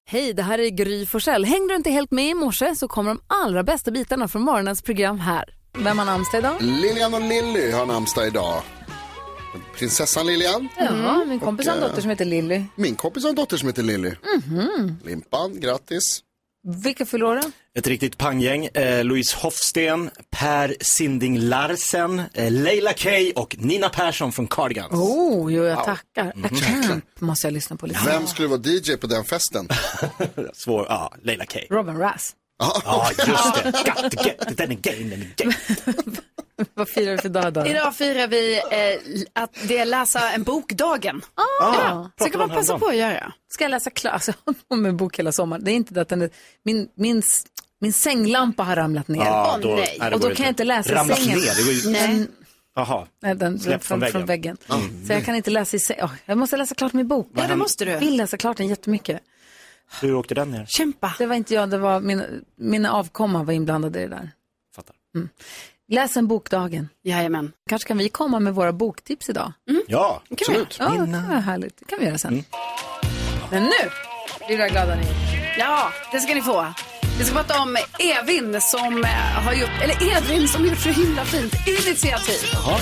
Hej, det här är Gry Forssell. Hängde du inte helt med i morse så kommer de allra bästa bitarna från morgonens program här. Vem har namnsdag idag? Lilian och Lilly har namnsdag idag. Prinsessan Lilian. Ja, min kompis har en dotter som heter Lilly. Min kompis har en dotter som heter Lilly. Limpan, grattis. Vilka fyller år då? Ett riktigt panggäng. Louise Hofsten, Per Sinding Larsen, Leila Kay och Nina Persson från Cardigans. Jag tackar. Camp måste jag lyssna på lite. Vem skulle vara DJ på den festen? Svår, Leila Kay. Robin Rass. Ja, just det. Got to get it again. Vad firar vi för dag då? Idag firar vi att det är läsa en bokdagen. Så kan man passa på att göra. Ska jag läsa klart? Alltså, med en bok hela sommaren. Det är inte det att den är, min sänglampa har ramlat ner. Nej. Och då kan jag inte läsa ramlat sängen. Ner, det går ju... Nej. Jaha. Nej, den från väggen. Så jag kan inte läsa i sängen. Jag måste läsa klart min bok. Ja, det måste du. Jag vill läsa klart den jättemycket. Hur åkte den ner? Kämpa. Det var inte jag, det var mina avkomma var inblandade i det där. Fattar. Läs en bokdagen. Jajamän. Kanske kan vi komma med våra boktips idag. Ja, absolut. Ja, det var härligt. Det kan vi göra sen. Men nu blir jag glada ni. Ja, det ska ni få. Vi ska prata om Edvin som har gjort så himla fint initiativ. Jaha.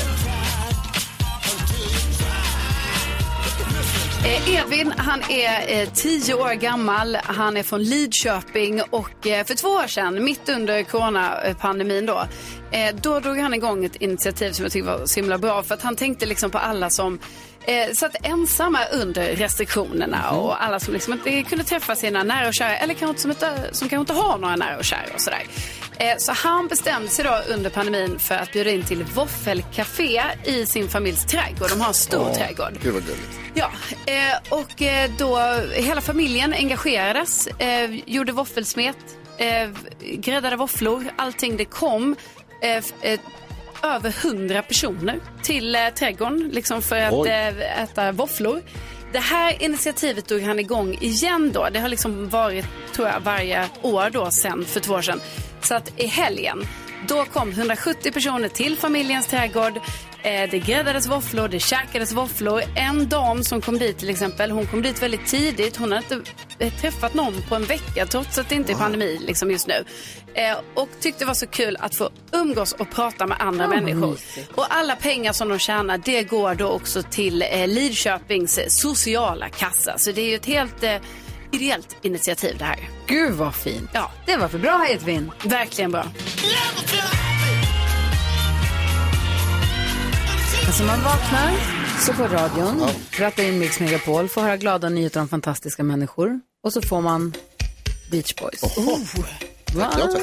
Edvin, han är 10 år gammal, han är från Lidköping och för 2 år sedan, mitt under coronapandemin då drog han igång ett initiativ som jag tycker var så himla bra, för att han tänkte liksom på alla som satt ensamma under restriktionerna och alla som liksom inte kunde träffa sina nära och kära eller som kanske inte har några nära och kära och sådär. Så han bestämde sig då under pandemin för att bjuda in till våffelcafé i sin familjs trädgård. De har en stor trädgård. Det var gulligt. Ja, och då hela familjen engagerades, gjorde våffelsmet, gräddade våfflor, allting. Det kom över 100 personer till trädgården liksom för att äta våfflor. Det här initiativet tog han igång igen då. Det har liksom varit, tror jag, varje år då sen för 2 år sedan. Så att i helgen, då kom 170 personer till familjens trädgård. Det gräddades våfflor, det käkades våfflor. En dam som kom dit till exempel, hon kom dit väldigt tidigt. Hon hade inte träffat någon på en vecka trots att det inte är pandemi liksom just nu. Och tyckte det var så kul att få umgås och prata med andra människor. Och alla pengar som de tjänar, det går då också till Lidköpings sociala kassa. Så det är ju ett helt ideellt initiativ det här. Gud vad fint. Ja. Det var för bra, Edvin. Verkligen bra. Alltså man vaknar, så på radion, rattar in Mix Megapol, får höra glada nyheter om fantastiska människor. Och så får man Beach Boys. Ja, tack.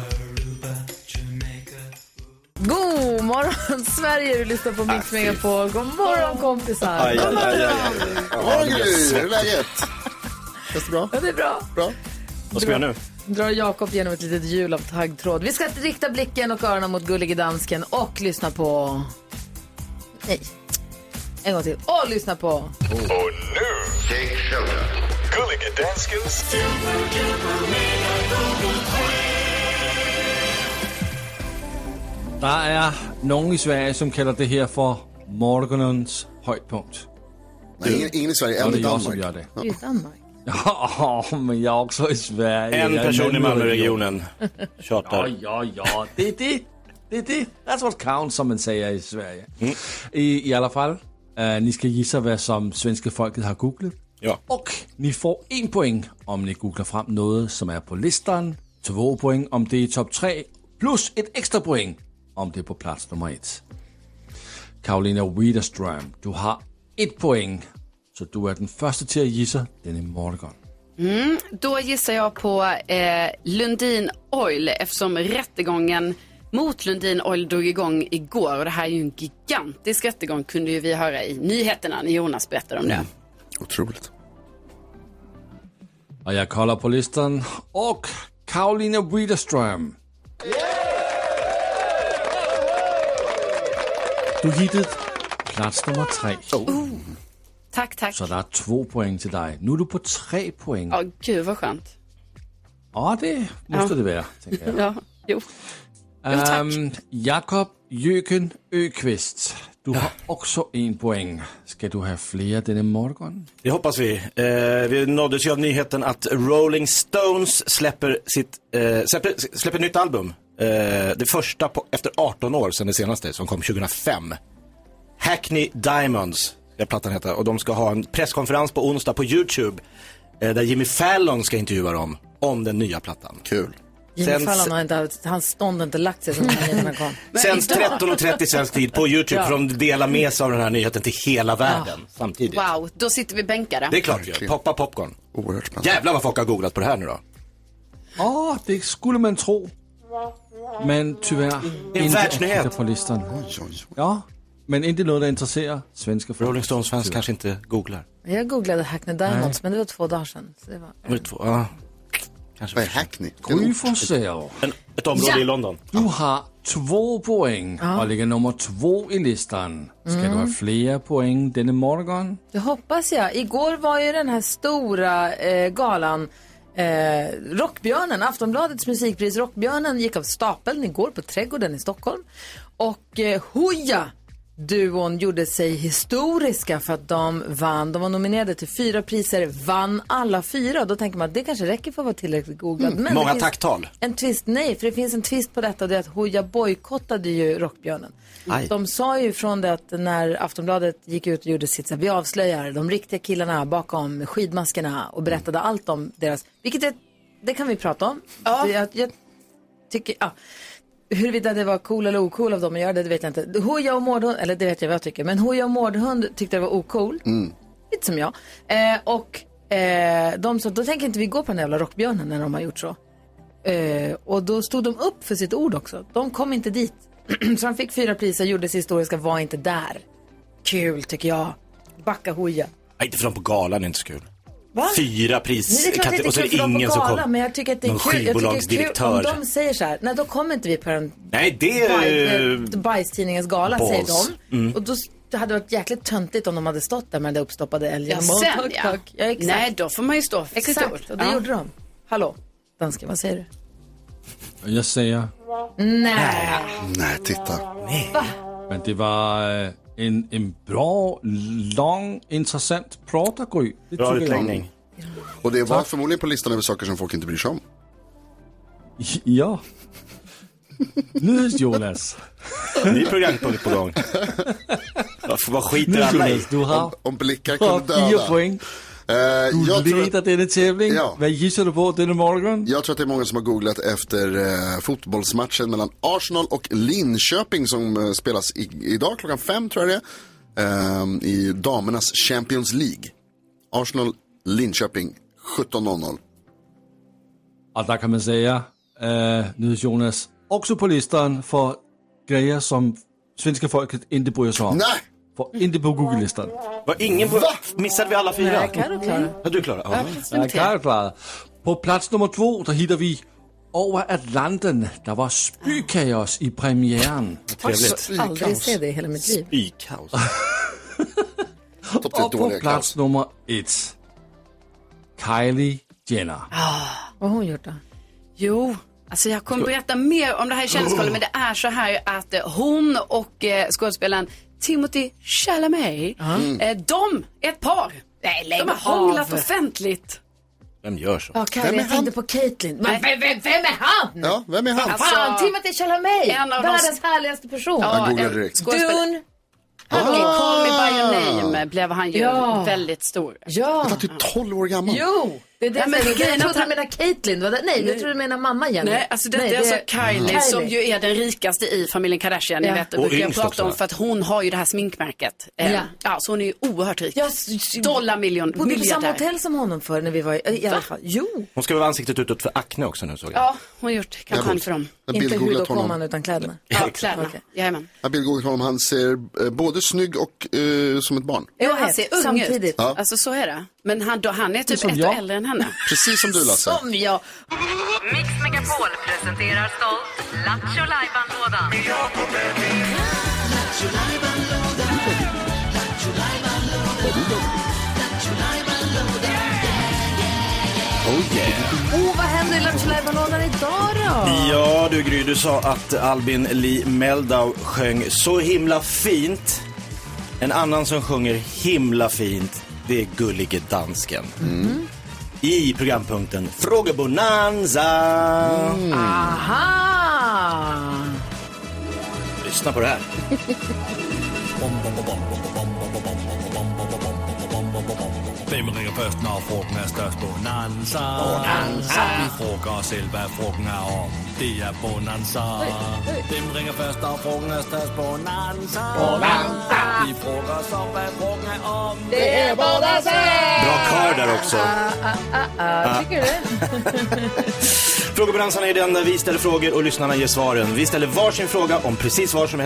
God morgon Sverige, du lyssnar på Mix Megapol. God morgon kompisar. Aj. Hur är läget? Känns det bra? Ja, det är bra. Vad ska vi göra nu? Drar Jakob genom ett litet hjul av taggtråd. Vi ska rikta blicken och öronen mot gullige dansken och lyssna på... Nej. En gång till. Och lyssna på... Och nu, Take Shelter. Gullige danskens... Der er nogen i Sverige, som kalder det her for morgonens højdepunkt. Nej, ingen i Sverige, Og en i det er jeg som Danmark. gør det. Det är ju Danmark. Ja, men jag är också i Sverige. En person i Malmöregionen tjatar. Ja. Det är det. That's what counts, som man säger i Sverige. I alla fall, ni ska gissa vad som svenska folket har googlat. Ja. Och ni får 1 poäng om ni googlar fram något som är på listan. 2 poäng om det är topp 3. Plus ett extra poäng om det är på plats nummer 1. Karolina Widerström, du har 1 poäng. Så du är den första till att gissa den i morgon. Då gissar jag på Lundin Oil eftersom rättegången mot Lundin Oil drog igång igår. Och det här är ju en gigantisk rättegång, kunde ju vi höra i nyheterna när Jonas berättade om det. Otroligt. Och jag kollar på listan. Och Karolina Widerström. Du hittade plats nummer 3. Tack. Så det är 2 poäng till dig. Nu är du på 3 poäng. Ja, gud vad skönt. Ja, det måste det vara, tänker jag. Ja, jo. Tack. Jakob Jöken Öqvist. du har också 1 poäng. Ska du ha fler denna morgon? Det hoppas vi. Vi nåddes ju av nyheten att Rolling Stones släpper ett nytt album. Det första efter 18 år sedan det senaste, som kom 2005. Hackney Diamonds, det plattan heter. Och de ska ha en presskonferens på onsdag på YouTube. Där Jimmy Fallon ska intervjua dem om den nya plattan. Kul. Jimmy Fallon har inte, hans stånd har inte lagt sig som nyheterna kom. Sänds 13:30 svensk tid på YouTube för att dela med sig av den här nyheten till hela världen samtidigt. Wow, då sitter vi bänkade. Det är klart vi gör. Poppa popcorn. Oerhört spännande. Jävlar vad folk har googlat på det här nu då. Det skulle man tro. Men tyvärr inte världsnyhet på listan. Ja, men inte något där intresserar svenska folk. Rolling Stones fans kanske inte googlar. Jag googlade Hackney Diamonds, men det var 2 dagar sedan. Så det var... Kanske. Vad är Hackney? Gry Forssell. Ett område i London. Du har 2 poäng och ligger nummer 2 i listan. Ska du ha fler poäng denna morgon? Det hoppas jag. Igår var ju den här stora galan Rockbjörnen, Aftonbladets musikpris Rockbjörnen gick av stapeln igår på Trädgården i Stockholm. Och Hooja duon gjorde sig historiska för att de vann. De var nominerade till 4 priser, vann alla 4. Då tänker man att det kanske räcker för att vara tillräckligt googlad. Men många tacktal. En twist, nej, för det finns en twist på detta och det är att Hooja bojkottade ju Rockbjörnen. De sa ju från det att när Aftonbladet gick ut och gjorde sitt så vi avslöjar de riktiga killarna bakom skidmaskerna och berättade allt om deras, vilket det kan vi prata om. Ja. Jag tycker, huruvida det var cool eller ocool av dem att göra det vet jag inte. Hooja och Mårdhund, eller det vet jag vad jag tycker, men Hooja och Mårdhund tyckte det var ocool. Lite som jag. De sa, då tänker inte vi gå på den jävla Rockbjörnen när de har gjort så. Och då stod de upp för sitt ord också. De kom inte dit. Så de fick 4 priser, gjorde sig historiska, var inte där. Kul tycker jag. Backa Hooja. Nej, inte för dem på galan är inte så kul. Va? 4 pris. Nej, det är klart och så är det ingen som kommer. Men jag tycker att det är kul. Jag tycker det är kul om de säger så här. Nej, då kommer inte vi på den. Nej, det är bajstidningens gala, säger de. Och då det hade varit jäkligt töntigt om de hade stått där med det uppstoppade älgen. Ja, nej, då får man ju stå för sitt ord. Exakt, och det gjorde de. Hallå, dansken, vad säger du? Jag säger... Nej, titta. Va? Men det var en bra, lång, intressant prata, Gry. Bra utläggning. Och det var förmodligen på listan över saker som folk inte bryr sig om. Ja. Jonas. Ny programpunkt på gång. Vad skiter alla i? Du har om blickar kan döda. 4 poäng. Du leder denna tävling. Ja. Vad gissar du på denna morgon? Jag tror att det är många som har googlat efter fotbollsmatchen mellan Arsenal och Linköping som spelas idag klockan 5 tror jag det är. I damernas Champions League. Arsenal Linköping 17:00. Och där kan man säga Jonas också på listan för grejer som svenska folket inte bryr sig om. Nej! För inte på Google-listan. Var ingen på... Missade vi alla 4? Nej, kan du klara? Ja, du klarar. Ja, kan jag klara. På plats nummer 2, där hittar vi Over Atlanten. Där var spykaos i premiären. Trevligt. Jag har aldrig sett det i hela mitt liv. Spykaos. Och på plats nummer 1, Kylie Jenner. Vad har hon gjort då? Jo, alltså jag kommer berätta mer om det här i källskålen, men det är så här att hon och skådespelaren Timothy Chalamet, de är ett par. Nej, de har hånglat offentligt. Vem gör så? Ja, Kylie, jag tänkte på Caitlyn. Vem är han? Ja, vem är han? Fan, Timothy Chalamet, världens härligaste person. Jag googlar direkt. Dune. Call Me By Your Name blev han ju väldigt stor. Jag var typ 12 år gammal. Jo, det är det jag tror du menar Caitlyn. Nej, jag tror du menar mamma Jenny. Nej, alltså det är alltså Kylie som ju är den rikaste i familjen Kardashian. Ni vet, det brukar jag prata om för att hon har ju det här sminkmärket. Ja, så hon är ju oerhört rik. $1 bodde på samma hotell som honom för när vi var i alla fall. Jo. Hon ska vara ansiktet utåt för akne också nu, såg jag. Ja, hon har gjort kampanj för dem. Inte hud och komman utan kläderna. Ja, kläderna. Jajamän. Jag bildgooglat honom. Han ser både snygg och som ett barn. Ja, han ser ung samtidigt. Ut. Ja. Alltså så är det. Men han är typ 1 år äldre än henne. Precis som du, Lasse. Som jag. Mix Megapol presenterar stolt Lattjo Lajban-lådan. Oh yeah. Vad händer i Lattjo Lajban-lådan idag då? Ja, du Gry, du sa att Albin Lee Meldau sjöng så himla fint En annan som sjunger himla fint, det är Gullige Dansken. I programpunkten Frågebonanza. Aha! Lyssna på det här. Hvem ringer først, når frugten er størst? Bonanza. Vi frågar os selv, hvad frugten er om. Det er Bonanza. Hvem ringer først, når frugten er størst? Bonanza. Vi frågar oss om, hvad frugten er om. Det är Bonanza! Bra kör där också. Tycker du? Frågebonanzan är den där vi ställer frågor och lyssnarna ger svaren. Vi ställer varsin fråga om precis vad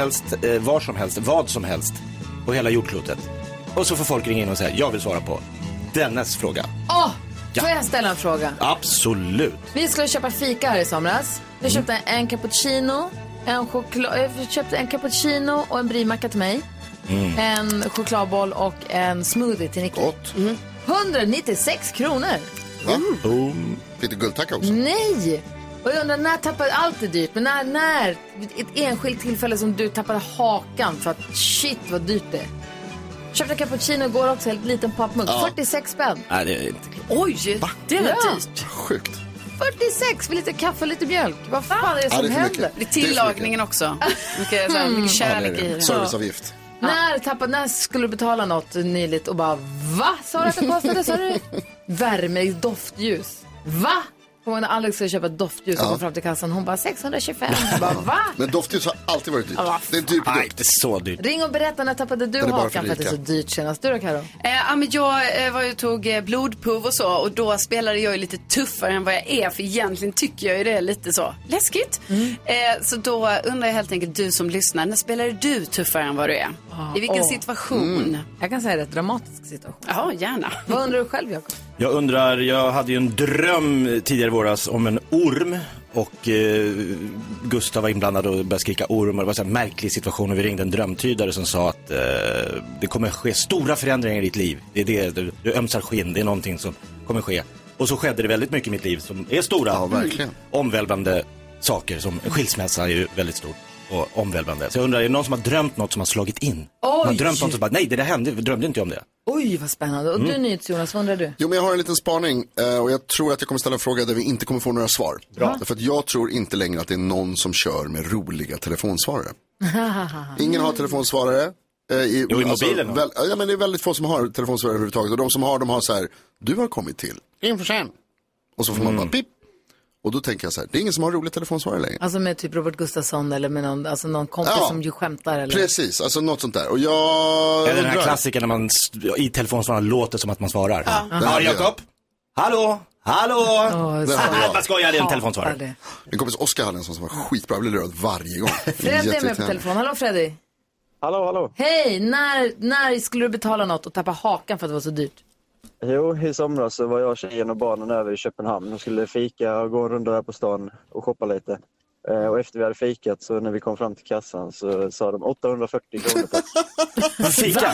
som helst på hela jordklotet. Och så får folk ringa in och säga, jag vill svara på dennes fråga. Får jag ställa en fråga? Absolut. Vi skulle köpa fika här i somras. Jag köpte en cappuccino, jag köpte en cappuccino och en brimacka till mig. En chokladboll och en smoothie till Nicky. 196 kronor. Fick du guldtacka också? Nej! Och jag undrar, när tappade allt är dyrt? Men när ett enskilt tillfälle som du tappade hakan för att shit vad dyrt det är. Köpte cappuccino går också, en liten pappmugg. 46 spänn. Nej, det är inte. Oj, det är dyrt. Sjukt. 46 för lite kaffe och lite mjölk. Vad fan är det som händer? Det är tillagningen också. Mycket kärlek i det. Serviceavgift. När skulle du betala något nyligt och bara, va? Sa du att det kostade? Sa du? Värme, doftljus. Va? Och när Alex skulle köpa doftljus och kom fram till kassan, hon bara 625. Bara, va? Men doftljus har alltid varit dyrt. Det är en dyr produkt. Det är så dyrt. Ring och berätta, när tappade du hakan för att det är så dyrt senast? Du då, Karo? Men jag var ju tog blodprov och så, och då spelade jag ju lite tuffare än vad jag är, för egentligen tycker jag ju det är lite så läskigt. Så då undrar jag helt enkelt, du som lyssnar, när spelade du tuffare än vad du är? I vilken situation? Jag kan säga rätt dramatisk situation. Ja, gärna. Vad undrar du själv, Jakob? Jag hade ju en dröm tidigare våras om en orm. Och Gustav var inblandad och började skrika orm. Och det var en märklig situation, och vi ringde en drömtydare som sa att det kommer ske stora förändringar i ditt liv. Det är det, du ömsar skinn, det är någonting som kommer ske. Och så skedde det väldigt mycket i mitt liv som är stora, omvälvande saker. Som skilsmässa är ju väldigt stort och omvälvande. Så jag undrar, är det någon som har drömt något som har slagit in? Man har drömt något som bara, nej, det där hände, vi drömde inte om det. Oj, vad spännande. Och du, NyhetsJonas, vad undrar du? Jo, men jag har en liten spaning och jag tror att jag kommer ställa en fråga där vi inte kommer få några svar. Bra. För att jag tror inte längre att det är någon som kör med roliga telefonsvarare. Ingen har telefonsvarare. I mobilen. Ja, men det är väldigt få som har telefonsvarare överhuvudtaget. Och de som har, de har så här, du har kommit till inför sen. Och så får man bara pip. Och då tänker jag så här, det är ingen som har rolig telefonsvarare längre. Alltså med typ Robert Gustafsson eller med någon kompis som ju skämtar eller? Precis, alltså något sånt där. Och jag... Eller den här klassikern när man i telefonsvararen låter som att man svarar. Ja, Jakob. Hallå? Vad ska jag, det är en telefonsvarare. Min kompis Oskar hade en sån som var skitbra, jag blev lurad varje gång. Freddy är med på telefon. Hallå Freddy. Hallå. Hej, när skulle du betala något och tappa hakan för att det var så dyrt? Jo, i somras så var jag, tjejen och barnen över i Köpenhamn och skulle fika och gå runt där på stan och shoppa lite. Och efter vi hade fikat, så när vi kom fram till kassan så sa de 840 kronor på. Fika?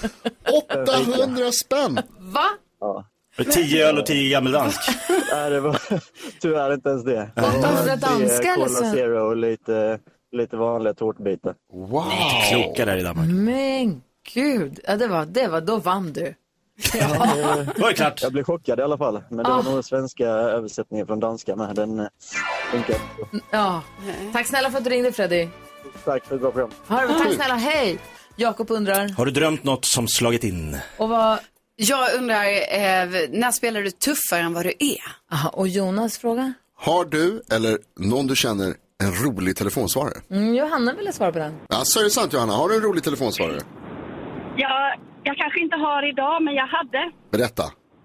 800 spänn? Va? Ja. 10 öl och 10 gammeldansk. Nej, det var tyvärr inte ens det. 800 danska eller så? Cola Zero och lite vanliga tårtbitar. Wow. Kloka där i Danmark. Men gud, ja, det var då vann du. Var det klart? Jag blev chockad i alla fall. Men det var nog svenska översättningen från danska med. Den funkar. Ja. Tack snälla för att du ringde, Freddy. Tack för ett bra program. Tack snälla, hej. Jakob undrar. Har du drömt något som slagit in? Och vad... Jag undrar, när spelar du tuffare än vad du är? Aha, och Jonas fråga? Har du eller någon du känner en rolig telefonsvarare? Johanna ville svara på den. Ja, så är det sant, Johanna. Har du en rolig telefonsvarare? Ja, jag kanske inte har idag, men jag hade. Berätta.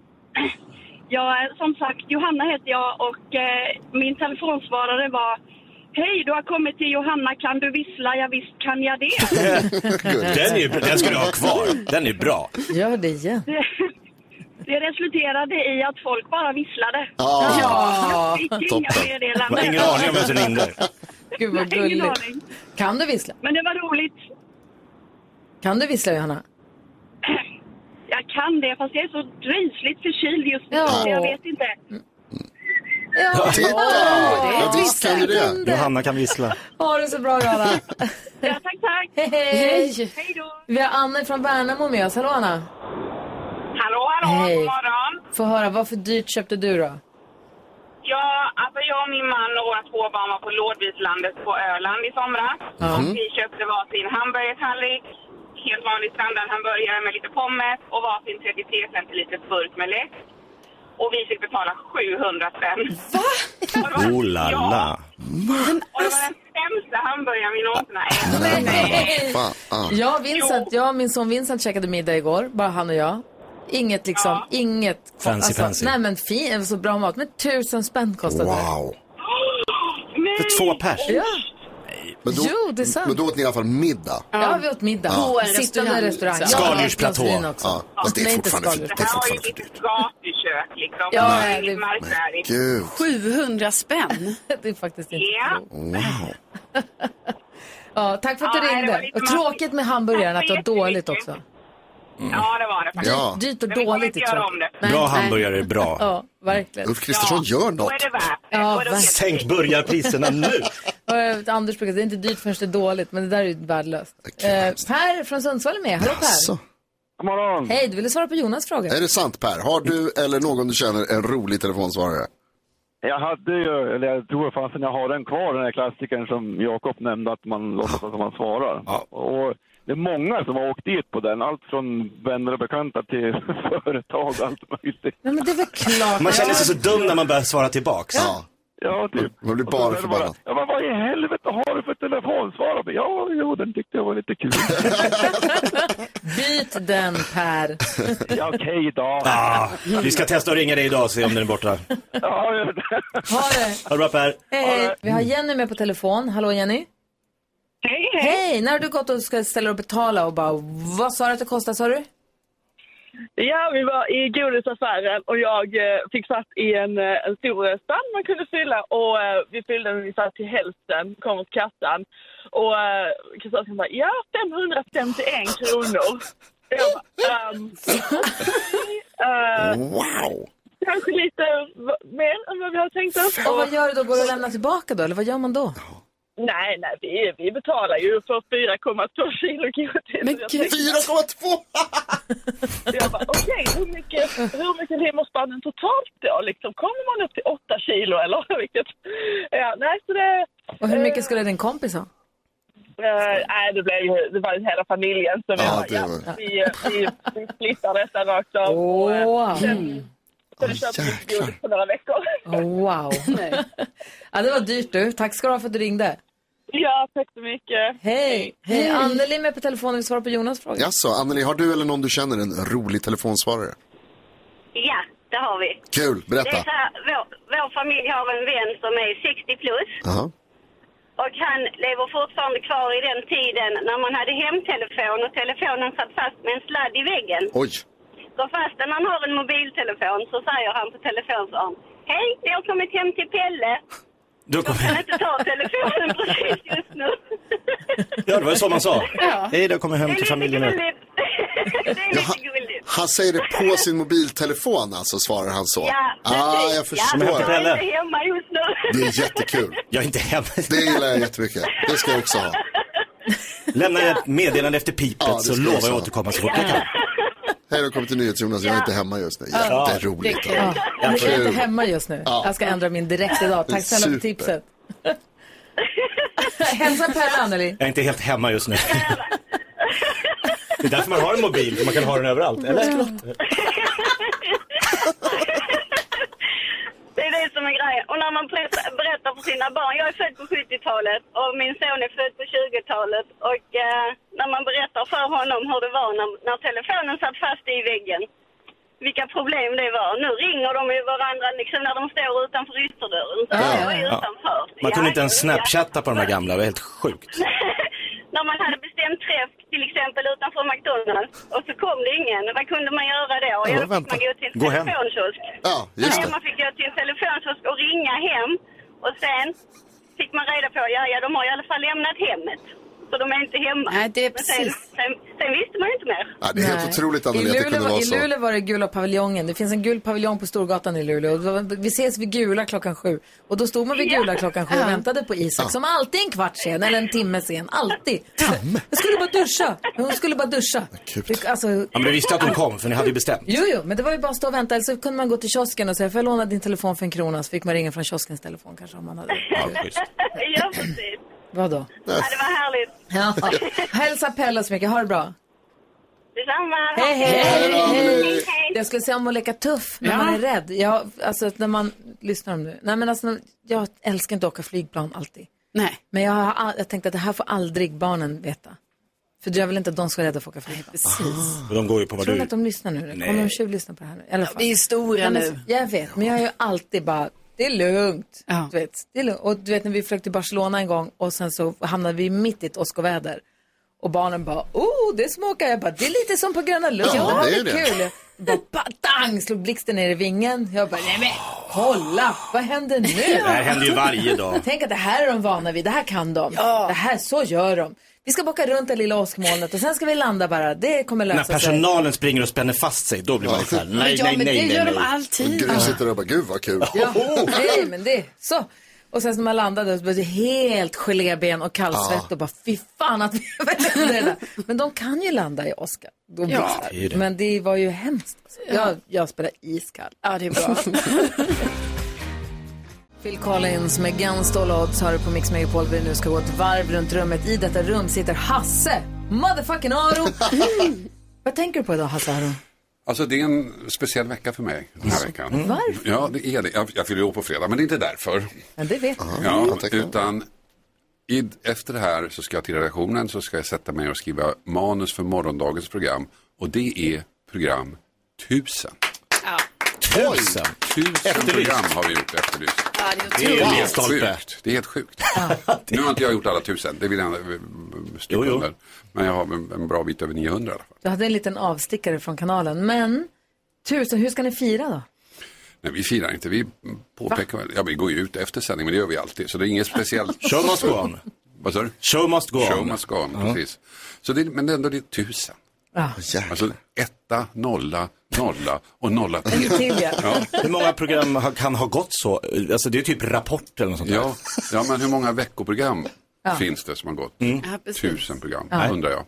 Ja, som sagt, Johanna heter jag och min telefonsvarare var: hej, du har kommit till Johanna, kan du vissla? Ja, visst kan jag det. Den ska du ha kvar. Den är bra. Gör det igen. Det resulterade i att folk bara visslade. Ja. Jag fick inga meddelanden. Ingen aning om vem som ringde. Gud vad gulligt. Kan du vissla? Men det var roligt. Kan du vissla, Johanna? Jag kan det, fast jag är så rysligt förkyld just nu. Så jag vet inte. Ja, titta! Visst kan du det. Johanna kan vissla. Ha det så bra, Johanna. Ja, tack. Hej! Vi har Anna från Värnamo med oss. Hallå Anna. Hallå, Hej. God morgon. Få höra, vad för dyrt köpte du då? Ja, alltså jag och min man och våra 2 barn var på Lådvislandet på Öland i somras. Vi köpte varsin hamburgertallrik, helt vanlig standardhamburgare med lite pommes och varsin 33 centiliter burk med läsk. Och vi fick betala 700 spänn. Va? Oh la la. Och det var den sämsta hamburgaren vi någonsin har ätit. Jag och min son Vincent käkade middag igår, bara han och jag. Inget liksom, inget fancy. Nej men fin, så bra mat, men 1000 spänn kostade det. Wow. För 2 pers? Ja. Men då, Jo, det är sant. Men då åt ni i alla fall middag. Ja, vi åt middag. På en Sittande restaurang. Skaldjursplatå. Ja, fast det är fortfarande för dyrt. Det här var ju lite gatukök liksom. Ja, det är lite märkvärdigt. Gud. 700 spänn. Det är faktiskt inte så. Wow. Ja, tack för att du ringde. Och tråkigt med hamburgaren att det var dåligt också. Ja, det var det faktiskt. Ja. Dyrt och dåligt i tråkigt. Bra hamburgare är bra. Ja, verkligen. Ulf Kristersson gör något. Då är det värt. Ja, Och då- Sänk burgarpriserna nu. Anders brukar säga, det är inte dyrt förrän det är dåligt, men det där är ju värdelöst. Per från Sundsvall är med. Hallå Per. Alltså. God morgon. Hej, du ville svara på Jonas fråga. Är det sant Per? Har du eller någon du känner en rolig telefonsvarare? Jag hade ju, eller jag tror fan att jag har den kvar, den här klassikern som Jakob nämnde, att man låtsas att man svarar. Ja. Och det är många som har åkt dit på den, allt från vänner och bekanta till företag och allt möjligt. Nej, men det är väl klart. Man känner sig så dum när man börjar svara tillbaks. Ja. Ja, typ. Man blir bara förbannad. Ja, men vad i helvete har du för telefonsvarare? Ja, jo, den tyckte jag var lite kul. Byt den, Per. Ja, okej då. Vi ska testa att ringa dig idag och se om den är borta. Ja, gör det. Ha det. Ha det bra Per. Hej. Vi har Jenny med på telefon. Hallå Jenny. Hej, Hej, när har du gått och ska ställa och betala och bara, vad sa du att det kostar, sa du? Ja, vi var i godisaffären och jag fick satt i en stor spann man kunde fylla och vi fyllde den ungefär till hälften, kom åt kassan. Och kassörskan bara, ja, 551 kronor. Jag bara, Wow. kanske lite mer än vad vi har tänkt oss. Och vad gör du då? Går du och lämnar tillbaka då? Eller vad gör man då? Nej, vi betalar ju för 4,2 kilo godis. Men gud. 4,2! Jag bara, okej, hur mycket rymmer spannen totalt då? Liksom, kommer man upp till 8 kilo eller vilket? Ja, nej, så det... Och hur mycket skulle din kompis ha? Nej, det var ju hela familjen. Så vi splittar detta rakt av. Wow. Så det köpte vi godis på några veckor. Wow. Ja, det var dyrt du. Tack ska du ha för att du ringde. Ja, tack så mycket. Hej. Hej. Anneli med på telefonen. Vi svarar på Jonas fråga. Jaså, Anneli, har du eller någon du känner en rolig telefonsvarare? Ja, det har vi. Kul, berätta. Det är så här, vår familj har en vän som är 60 plus. Aha. Och han lever fortfarande kvar i den tiden när man hade hemtelefon och telefonen satt fast med en sladd i väggen. Oj. Så fastän man har en mobiltelefon så säger han på telefonsvararen: hej, jag har kommit hem till Pelle. Du kan inte ta telefonen precis just nu. Ja, det var ju så man sa. Ja. Hej, då kommer hem till familjen nu. Det är lite gulligt. Han säger det på sin mobiltelefon, alltså, svarar han så. Ja, jag förstår. Jag är inte hemma just nu. Det är jättekul. Jag är inte hemma. Det gillar jag jättemycket. Det ska jag också ha. Lämna ett meddelande efter pipet så lovar jag återkomma så fort jag kan. Hej, välkommen till NyhetsJonas. Jag är inte hemma just nu. Jätteroligt. Ja, jag är inte hemma just nu. Ja. Jag ska ändra min direkt idag. Tack snälla för tipset. Hälsa Pelle, Anneli. Jag är inte helt hemma just nu. Det är därför man har en mobil, för man kan ha den överallt. Eller? Det är det som är grejen. Och när man berättar för sina barn. Jag är född på 70-talet och min son är född på 20-talet. Och när man berättar för honom hur det var när telefonen satt fast i väggen. Vilka problem det var. Nu ringer de ju varandra liksom när de står utanför ytterdörren. Så jag är utanför. Man kunde inte ens snapchatta på de här gamla, det var helt sjukt. När man hade bestämt träff till exempel utanför McDonalds och så kom det ingen. Vad kunde man göra då? Ja, fick man gå till en telefonkiosk. Ja, just det. Man fick gå till en telefonkiosk och ringa hem och sen fick man reda på, ja de har i alla fall lämnat hemmet. så de är inte hemma. Nej, det är precis. Sen visste man ju inte mer. Ja, det är helt otroligt, Anneli, att det kunde vara så. I Luleå var det gula paviljongen. Det finns en gul paviljong på Storgatan i Luleå. Vi ses vid gula 7:00. Och då stod man vid gula 7:00 och väntade på Isak. Som alltid en kvart sen eller en timme sen. Alltid. Jag skulle bara duscha. Hon skulle bara duscha. Alltså, ja, men du visste att hon kom, för ni hade ju bestämt. Jo, men det var ju bara att stå och vänta. Eller så kunde man gå till kiosken och säga, får jag låna din telefon för 1 krona? Så fick man ringa från kioskens telefon kanske om man hade. Ja, precis. Vadå? Ja, det var härligt. Ja. Hälsa Pelle så mycket. Ha det bra. Detsamma. Hej. Jag skulle säga om att leka tuff när man är rädd. Alltså när man lyssnar om nu. Nej, men alltså, jag älskar inte att åka flygplan alltid. Nej. Men jag tänkte att det här får aldrig barnen veta. För jag vill inte att de ska vara rädda för att åka flygplan. Precis. De går ju på vad tror du... att de lyssnar nu? Kommer de tjuvlyssna på det här nu? I alla fall. Vi är stora nu. Jag vet, men jag är ju alltid bara... Det är lugnt. Ja. Du vet, det är lugnt. Och du vet när vi flög till Barcelona en gång och sen så hamnade vi mitt i ett åskoväder. Och barnen bara, det smakar. Jag bara, det är lite som på Gröna Lund. Ja, det är kul. Jag bara, badang, slog blixten ner i vingen. Jag bara, nej men, kolla, vad händer nu? Det här händer ju varje dag. Tänk att det här är de vana vid, det här kan de. Ja. Det här, så gör de. Vi ska bocka runt det lilla åskmolnet och sen ska vi landa bara. Det kommer lösa sig. När personalen springer och spänner fast sig, då blir man lite nej. Men det gör de alltid. Och sitter och bara, gud vad kul. Ja, nej men det, så. Och sen när man landade så blev det helt gelében och kallsvett och bara, fy fan att vi det där. Men de kan ju landa i Oscar. Det. Men det var ju hemskt. Jag spelar iskall. Ja, det är bra. Phil Collins med Against All Odds har du på Mix Megapol. Vi nu ska gå ett varv runt rummet. I detta rum sitter Hasse, motherfucking Aro. Vad tänker du på idag, Hasse Aro? Alltså det är en speciell vecka för mig den här veckan. Varför? Ja, det är det. Jag fyller år på fredag, men det är inte därför. Ja, det vet jag. Ja, utan efter det här så ska jag till redaktionen, så ska jag sätta mig och skriva manus för morgondagens program. Och det är program 1000. Ja. 1000 program har vi gjort efterlyst. Ja, det är helt sjukt. Det är helt sjukt. Nu har inte jag gjort alla 1000, det vill jag stryka under. Men jag har en bra bit över 900 i alla fall. Du hade en liten avstickare från kanalen. Men 1000, hur ska ni fira då? Nej, vi firar inte. Vi påpekar väl. Ja, vi går ju ut efter sändning, men det gör vi alltid. Så det är inget speciellt. Show must go on. Vad sa du? Show must go on. Show must go on, precis. Så det, men ändå det är 1000. Alltså 1, 0, 0 och 0 till. Ja. Hur många program kan ha gått så? Alltså det är typ Rapport eller något sånt där. Ja, men hur många veckoprogram finns det som har gått? 1000 program, undrar jag.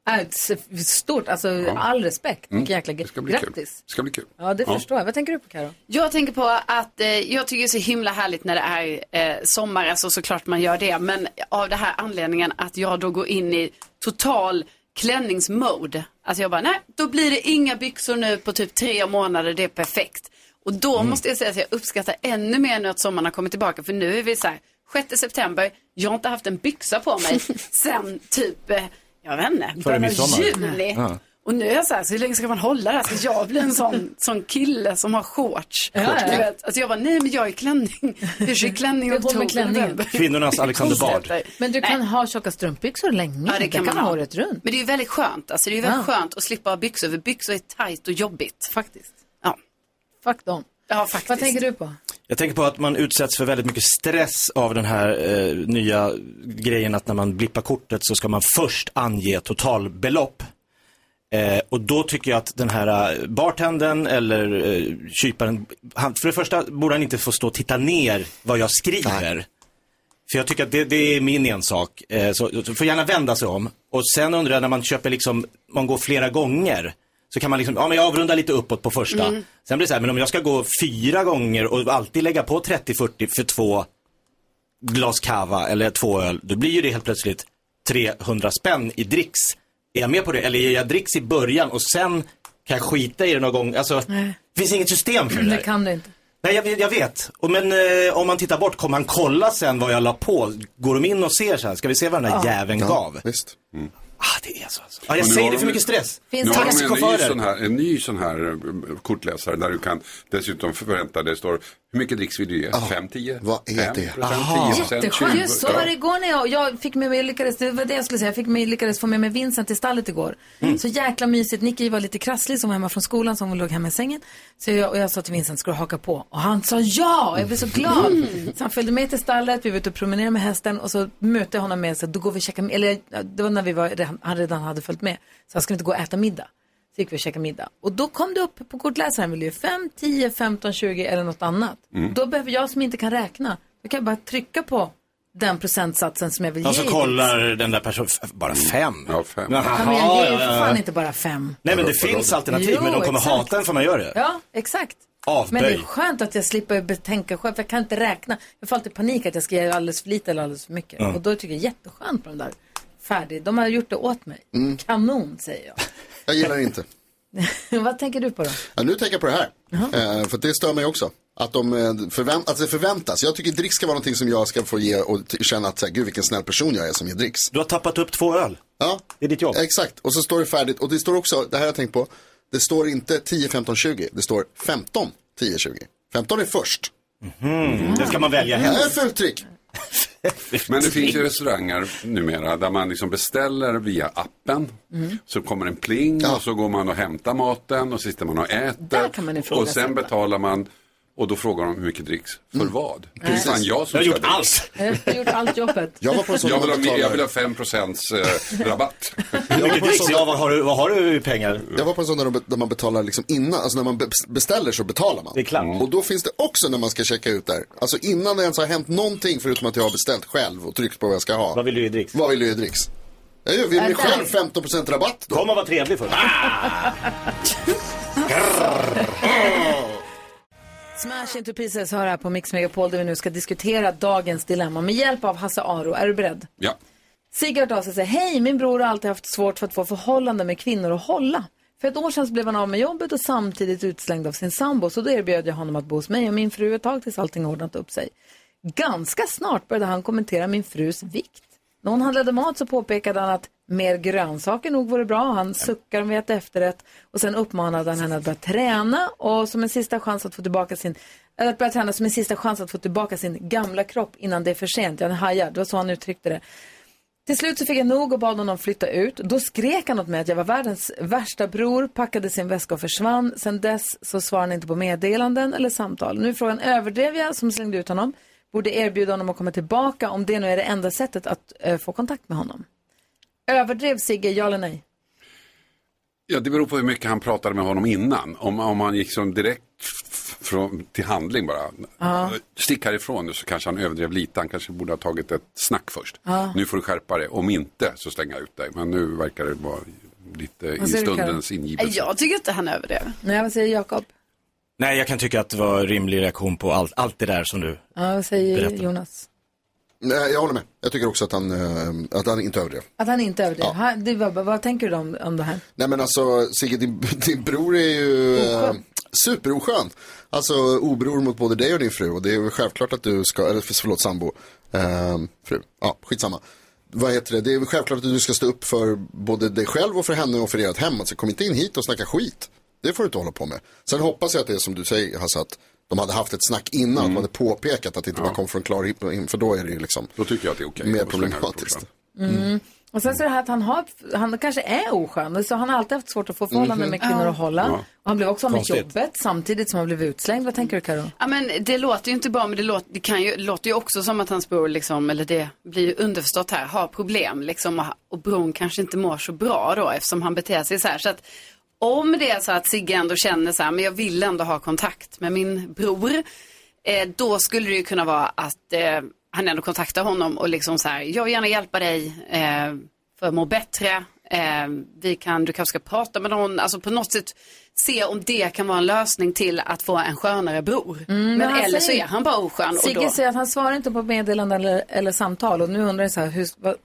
Stort, alltså all respekt. Jäkla det ska bli grattis. Kul. Det ska bli kul. Ja, det förstår jag. Vad tänker du på, Karo? Jag tänker på att jag tycker det är så himla härligt när det är sommar, alltså såklart man gör det. Men av det här anledningen att jag då går in i total klänningsmode. Alltså jag bara, nej, då blir det inga byxor nu på typ 3 månader, det är perfekt. Och då måste jag säga att jag uppskattar ännu mer nu att sommaren har kommit tillbaka. För nu är vi så här, 6 september, jag har inte haft en byxa på mig sen typ, jag vet inte, början av juli. Ja. Och nu är jag så här, så hur länge ska man hålla det här? Ska jag bli en sån kille som har shorts? Alltså jag bara, nej men jag är klänning. Det är klänning och oktober. Kvinnornas Alexander Bard. Men du kan ha tjocka strumpbyxor länge. Ja, det kan man ha året runt. Men det är ju väldigt skönt. Alltså det är ju väldigt skönt att slippa ha byxor. För byxor är tajt och jobbigt. Faktiskt. Ja. Fuck dem. Ja, faktiskt. Vad tänker du på? Jag tänker på att man utsätts för väldigt mycket stress av den här nya grejen att när man blippar kortet så ska man först ange totalbelopp. Och då tycker jag att den här bartendern eller kyparen, för det första borde han inte få stå och titta ner vad jag skriver. Nej. För jag tycker att det är min ensak. Så får gärna vända sig om. Och sen undrar jag när man köper liksom, man går flera gånger. Så kan man liksom, ja men jag avrundar lite uppåt på första. Sen blir det så här, men om jag ska gå 4 gånger och alltid lägga på 30-40 för 2 glas kava eller 2 öl. Då blir ju det helt plötsligt 300 spänn i dricks. Är jag med på det? Eller ger jag dricks i början och sen kan jag skita i det någon gång? Alltså, det finns inget system för det där. Det kan du inte. Nej, jag vet. Men om man tittar bort, kommer man kolla sen vad jag la på? Går de in och ser så här? Ska vi se vad den här jäveln gav? Visst. Det är så. Ja, jag säger det för mycket stress. Nu har de en ny sån här kortläsare där du kan dessutom förvänta, det står Hur mycket dricks vill du ge? 5-10? Vad är det? 10%, Jätteskönt. Just så var det igår när jag fick med mig, det var det jag skulle säga, lyckades få med mig Vincent till stallet igår. Så jäkla mysigt. Nicky var lite krasslig som var hemma från skolan, som låg hemma i sängen. Så jag sa till Vincent, ska du haka på? Och han sa ja, och jag blev så glad. Så han följde med till stallet, vi var ute och promenerade med hästen och så mötte jag honom med, så då går vi och käkar, eller det var när han redan hade följt med. Så han skulle inte gå och äta middag. Så gick vi och käkade middag. Och då kom det upp på kortläsaren, vill ju 5, 10, 15, 20 eller något annat. Då behöver jag som inte kan räkna, då kan jag bara trycka på den procentsatsen som jag vill ge. Och så kollar den där personen, bara 5. Ja, 5. Men jag ger ju för fan inte bara 5. Nej, men det finns alternativ, men de kommer hata en för man gör det. Ja, exakt. Avböj. Men det är skönt att jag slipper betänka själv, för jag kan inte räkna. Jag får alltid panik att jag ska ge alldeles för lite eller alldeles för mycket. Och då tycker jag jätteskönt på de där färdig. De har gjort det åt mig. Kanon, säger jag. Jag gillar det inte. Vad tänker du på då? Ja, nu tänker jag på det här. För det stör mig också. Att det förväntas. Jag tycker dricks ska vara någonting som jag ska få ge och känna att gud vilken snäll person jag är som ger dricks. Du har tappat upp 2 öl. Ja. Det är ditt jobb. Exakt. Och så står det färdigt. Och det står också, det här har jag tänkt på. Det står inte 10, 15, 20. Det står 15, 10, 20. 15 är först. Det ska man välja helst. Det är fullt trick. Men det finns ju restauranger numera där man liksom beställer via appen. Så kommer en pling och så går man och hämtar maten och så sitter man och äter. Och sen betalar man och då frågar de hur mycket dricks. För vad? Jag har gjort allt. Jag har gjort allt jobbet. Jag vill ha 5% rabatt. Vad har du pengar? Jag var på en sån där man betalar liksom innan. Alltså när man beställer så betalar man. Det är klart. Och då finns det också när man ska checka ut där. Alltså innan det ens har hänt någonting förutom att jag har beställt själv och tryckt på vad jag ska ha. Vad vill du ge dricks? Vad vill du ge dricks? Jag vill mig själv 15% rabatt då. Kom och var trevlig först. Smash Into Pieces hör här på Mix Megapol där vi nu ska diskutera dagens dilemma med hjälp av Hasse Aro. Är du beredd? Ja. Sigurd av sig säger, hej, min bror har alltid haft svårt för att få förhållande med kvinnor att hålla. För ett år sedan så blev han av med jobbet och samtidigt utslängd av sin sambo. Så då erbjöd jag honom att bo hos mig och min fru ett tag tills allting ordnat upp sig. Ganska snart började han kommentera min frus vikt. När hon handlade mat så påpekade han att mer grönsaker nog vore bra. Han suckar om vi äter efterrätt. Och sen uppmanade han henne att börja träna. Och som en sista chans att få tillbaka sin gamla kropp innan det är för sent. Jag hajar, det var så han uttryckte det. Till slut så fick jag nog och bad honom flytta ut. Då skrek han åt mig att jag var världens värsta bror, packade sin väska och försvann. Sen dess så svarade han inte på meddelanden eller samtal. Nu är frågan, överdrev jag som slängde ut honom? Borde erbjuda honom att komma tillbaka om det nu är det enda sättet att få kontakt med honom. Överdrev Sigge, ja eller nej? Ja, det beror på hur mycket han pratade med honom innan. Om han gick som direkt till handling bara. Stick härifrån nu, så kanske han överdrev lite. Han kanske borde ha tagit ett snack först. Nu får du skärpa det. Om inte så stänga ut dig. Men nu verkar det vara lite i stundens ingivelse. Jag tycker inte han överdrev. Nej, vad säger Jakob? Nej, jag kan tycka att det var en rimlig reaktion på allt det där som du vad säger berättar. Jonas? Nej, jag håller med. Jag tycker också att han inte överdrev. Att han inte överdrev. Vad tänker du om det här? Nej, men alltså Sigge, din bror är ju superoskön. Alltså obror mot både dig och din fru. Och det är väl självklart att du ska, eller förlåt, sambo, fru, ja, skitsamma. Vad heter det? Det är väl självklart att du ska stå upp för både dig själv och för henne och för ert hem. Alltså kom inte in hit och snacka skit. Det får du inte hålla på med. Sen hoppas jag att det är som du säger, Hasse, att de hade haft ett snack innan. De hade påpekat att det inte bara kom från klar hipp. För då är det ju liksom, då tycker jag att det är okej. Mer problematiskt. Och sen så är det här att han kanske är oskön. Så han har alltid haft svårt att få förhållanden med kvinnor att hålla. Och han blev också av med jobbet samtidigt som han blev utslängd. Vad tänker du, Karo? Ja, men det låter ju inte bra, men det låter ju också som att hans bror liksom, eller det blir ju underförstått här, har problem liksom, och bron kanske inte mår så bra då eftersom han beter sig så här. Så att om det är så att Sigge ändå känner så här, men jag vill ändå ha kontakt med min bror, då skulle det ju kunna vara att han ändå kontaktar honom och liksom så här, jag vill gärna hjälpa dig för att må bättre. Du kanske ska prata med någon, alltså på något sätt se om det kan vara en lösning till att få en skönare bror. Men eller så är han bara oskön. Sigge säger att han svarar inte på meddelanden eller samtal, och nu undrar jag så här,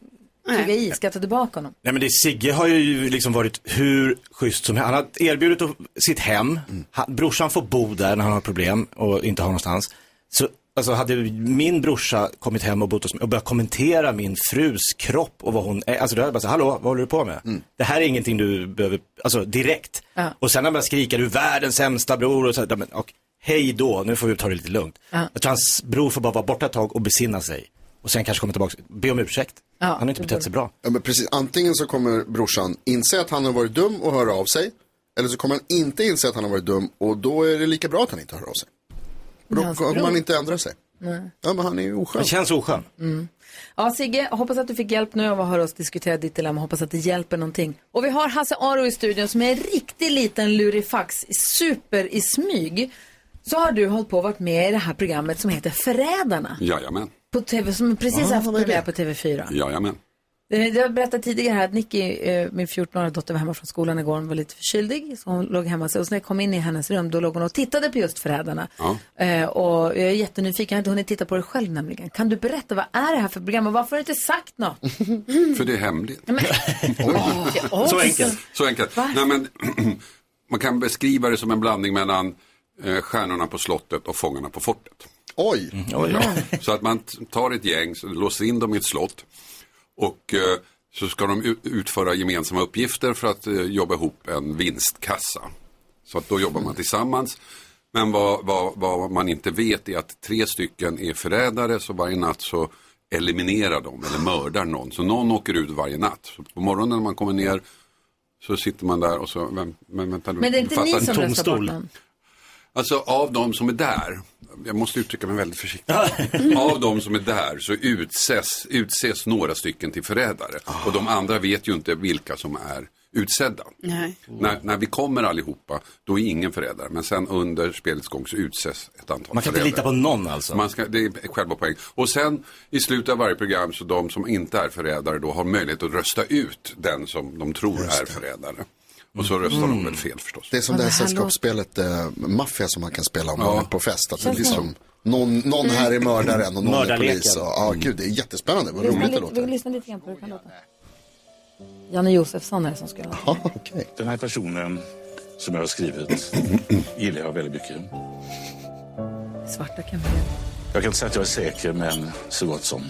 ska jag ta tillbaka honom? Nej, men Sigge har ju liksom varit hur schysst som han har erbjudit sitt hem. Brorsan får bo där när han har problem och inte har någonstans. Så alltså, hade min brorsa kommit hem och bott hos mig och börjat kommentera min frus kropp och vad hon är, alltså då hade jag bara sagt, hallå, vad håller du på med? Det här är ingenting du behöver, alltså direkt. Och sen när man skriker, du är världens sämsta bror och så, men, och hej då, nu får vi ta det lite lugnt. Jag tror hans bror får bara vara borta ett tag och besinna sig. Och sen kanske komma tillbaka, be om ursäkt. Han har inte betett sig bra. Ja, men precis. Antingen så kommer brorsan inse att han har varit dum och höra av sig. Eller så kommer han inte inse att han har varit dum och då är det lika bra att han inte hör av sig. Och då kommer han inte ändra sig. Nej. Ja, men han är ju oskön. Han känns oskön. Ja, Sigge, hoppas att du fick hjälp nu av att höra oss diskutera ditt dilemma. Hoppas att det hjälper någonting. Och vi har Hasse Aro i studion som är en riktigt liten lurifax, super i smyg. Så har du hållit på att varit med i det här programmet som heter Förrädarna. Jajamän. På TV, som precis haft premiär på TV4. Jajamän. Jag berättade tidigare här att Nicky, min 14-åriga dotter, var hemma från skolan igår. Hon var lite förkyldig, så hon låg hemma. Och så när jag kom in i hennes rum, då låg hon och tittade på just Förrädarna. Och jag är jättenyfiken, jag har inte hunnit titta på det själv nämligen. Kan du berätta, vad är det här för program och varför har du inte sagt något? För det är hemligt. Så enkelt. Nej, men, man kan beskriva det som en blandning mellan Stjärnorna på slottet och Fångarna på fortet. Oj. Så att man tar ett gäng, så låser in dem i ett slott. Och så ska de utföra gemensamma uppgifter för att jobba ihop en vinstkassa. Så att då jobbar man tillsammans. Men vad man inte vet är att 3 stycken är förrädare, så varje natt så eliminerar de eller mördar någon. Så någon åker ut varje natt. Så på morgonen när man kommer ner så sitter man där och så... vänta, men det är inte ni som röstar bort någon? Alltså av de som är där, jag måste uttrycka mig väldigt försiktigt. Av de som är där så utses några stycken till förrädare. Och de andra vet ju inte vilka som är utsedda. Nej. När vi kommer allihopa, då är ingen förrädare. Men sen under spelets gång så utses ett antal Man kan förrädare. inte lita på någon alltså. Det är själva poäng. Och sen i slutet av varje program så de som inte är förrädare då har möjlighet att rösta ut den som de tror är förrädare. Och så röstar de väl fel förstås. Det är som det här sällskapsspelet Maffia som man kan spela om man är på fest. Att det är liksom någon här är mördaren och någon är polis. Ja, gud, det är jättespännande. Vad roligt det låter. Vi lyssnar lite grann på hur det kan låta. Janne Josefsson är det som ska göra. Ja, okej. Den här personen som jag har skrivit gillar jag väldigt mycket. Svarta kamrer. Jag kan inte säga att jag är säker, men så gott som.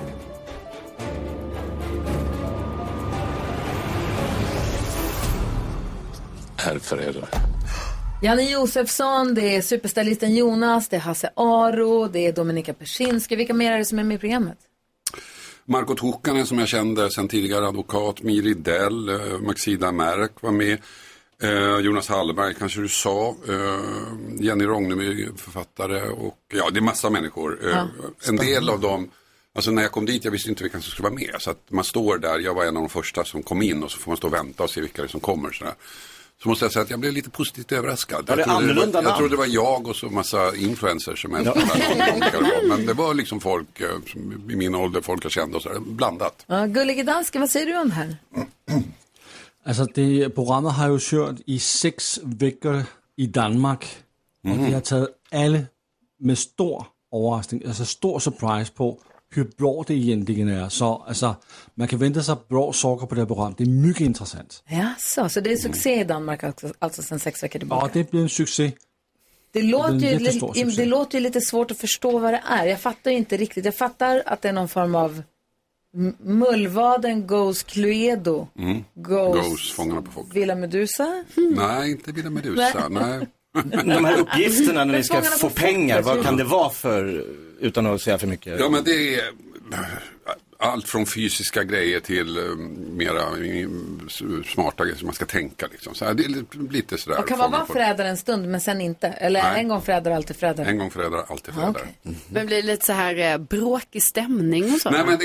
Herr förrädare. Janne Josefsson, det är superstylisten Jonas, det är Hasse Aro, det är Dominika Persinski. Vilka mer är det som är med i programmet? Marco Tukkanen som jag kände sedan tidigare, advokat, Miri Dell, Maxida Märk var med, Jonas Hallberg kanske du sa, Jenny Rogneby författare och ja, det är massa människor. En del av dem, alltså när jag kom dit jag visste inte vilka som skulle vara med, så att man står där, jag var en av de första som kom in och så får man stå och vänta och se vilka det som kommer sådär. Så måste jag säga att jag blev lite positivt överraskad. Jag trodde det var jag och så massa influencers som men det var liksom folk i min ålder, folk jag kände och så där, blandat. Ja, Gullige Dansken, vad säger du om det här? Altså, programmet har ju kört i 6 veckor i Danmark. Och de har tagit alla med stor överraskning, alltså stor surprise på hur bra det egentligen är. Så alltså, man kan vänta sig bra saker på det här programmet. Det är mycket intressant. Ja, så det är succé i Danmark alltså sedan 6 veckor tillbaka. Ja, det blir en succé. Det låter ju lite svårt att förstå vad det är. Jag fattar ju inte riktigt. Jag fattar att det är någon form av Mullvaden goes Cluedo. Goes Fångarna på folk. Villa Medusa? Nej, inte Villa Medusa. Nej. De här uppgifterna när ni ska få pengar, vad kan det vara för, utan att säga för mycket? Ja, men det är allt från fysiska grejer till mera smarta grejer som man ska tänka liksom. Så här, det är lite sådär. Och kan man vara förrädare en stund men sen inte? Eller en gång förrädare, alltid förrädare? En gång förrädare, alltid förrädare. Okay. Men blir det lite så här bråkig stämning och så? Nej, men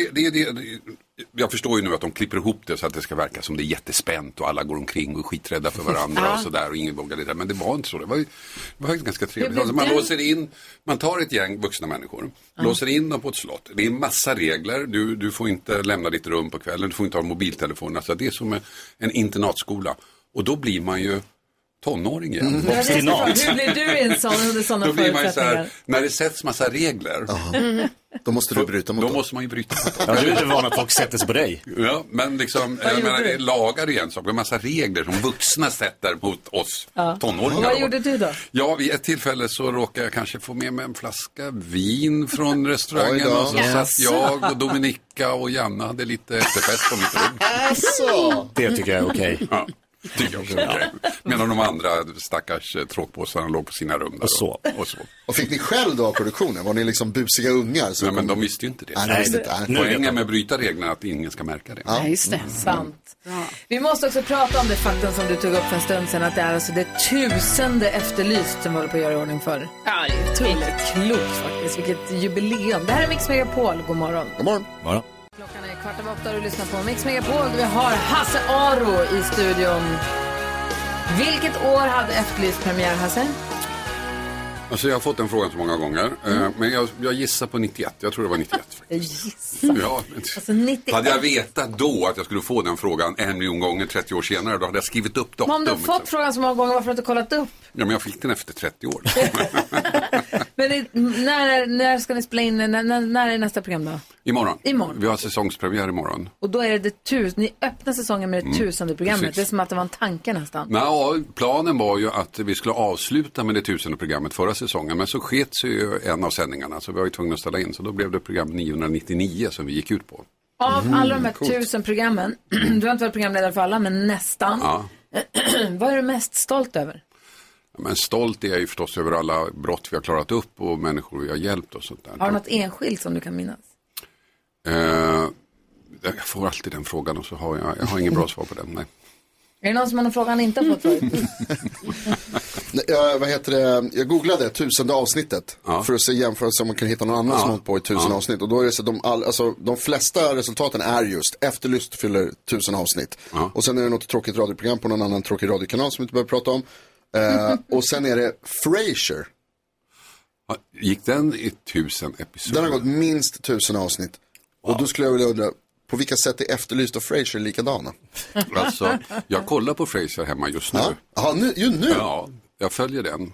jag förstår ju nu att de klipper ihop det så att det ska verka som det är jättespänt och alla går omkring och är skiträdda för varandra och sådär och ingen vågar det där. Men det var inte så. Det var ganska trevligt. Alltså man låser in, man tar ett gäng vuxna människor, låser in dem på ett slott. Det är en massa regler. Du får inte lämna ditt rum på kvällen, du får inte ha mobiltelefon. Alltså det är som en internatskola. Och då blir man ju tonåring igen. Hur blir du i en sån då blir man ju så här, när det sätts massa regler. Då måste du bryta mot dem. Då måste man ju bryta mot dem. Ja, du är inte van att folk sätter sig på dig. Ja, men liksom, lagar igen så. Det är en massa regler som vuxna sätter mot oss tonåringar. Och vad gjorde du då? Ja, vid ett tillfälle så råkade jag kanske få med mig en flaska vin från restaurangen. Och så satt jag och Dominika och Janna hade lite efterfest på mitt rum. Det tycker jag är okej. Ja. Tycker jag också. Medan de andra stackars tråkpåsarna låg på sina rum där och så. Och fick ni själv då av produktionen? Var ni liksom busiga ungar? Nej, men de visste ju inte det. Poängen med att bryta reglerna är att ingen ska märka det. Ja, just det. Sant. Vi måste också prata om det faktum som du tog upp för en stund sedan, att det är alltså det 1000:e Efterlyst som vi håller på att göra i ordning för. Ja, det är otroligt klokt faktiskt. Vilket jubileum. Det här är Mix Megapol. God morgon. God morgon. Morgon. Klockan är 7:15 och du lyssnar på Mix Megapol. Vi har Hasse Aro i studion. Vilket år hade Efterlyst premiär, Hasse? Alltså jag har fått den frågan så många gånger. Men jag gissar på 91. Jag tror det var 91 faktiskt. Ja, alltså 91. Hade jag vetat då att jag skulle få den frågan 1 miljon gånger 30 år senare, då hade jag skrivit upp datum. Men om du har fått frågan så många gånger, varför har du inte kollat upp? Ja, men jag fick den efter 30 år. Men när ska ni spela in? När är nästa program då? Imorgon. Vi har säsongspremiär imorgon. Och då är det ni öppnar säsongen med det 1000:e programmet. Precis. Det är som att det var en tanke nästan. Nej, planen var ju att vi skulle avsluta med det 1000:e programmet förra säsongen. Men så sket sig ju en av sändningarna, så vi var ju tvungna att ställa in. Så då blev det program 999 som vi gick ut på. Av alla de här 1000 programmen, du har inte varit programledare för alla, men nästan. Ja. Vad är du mest stolt över? Men stolt är jag ju förstås över alla brott vi har klarat upp och människor vi har hjälpt och sånt där. Har du något enskilt som du kan minnas? Jag får alltid den frågan och så har jag har ingen bra svar på den, nej. Är det någon som har någon fråga han inte har fått förut? Jag googlade 1000:e avsnittet för att se jämförelse om man kan hitta någon annan som har hållit på i 1000 avsnitt. Och då är det så de flesta resultaten är just Efterlyst fyller 1000 avsnitt. Och sen är det något tråkigt radioprogram på någon annan tråkig radiokanal som vi inte behöver prata om. Och sen är det Frasier. Gick den i 1000 episoder? Den har gått minst 1000 avsnitt. Och då skulle jag vilja undra, på vilka sätt är Efterlyst och Frasier likadana? Alltså, jag kollar på Frasier hemma just nu. Ja, nu? Ja, jag följer den.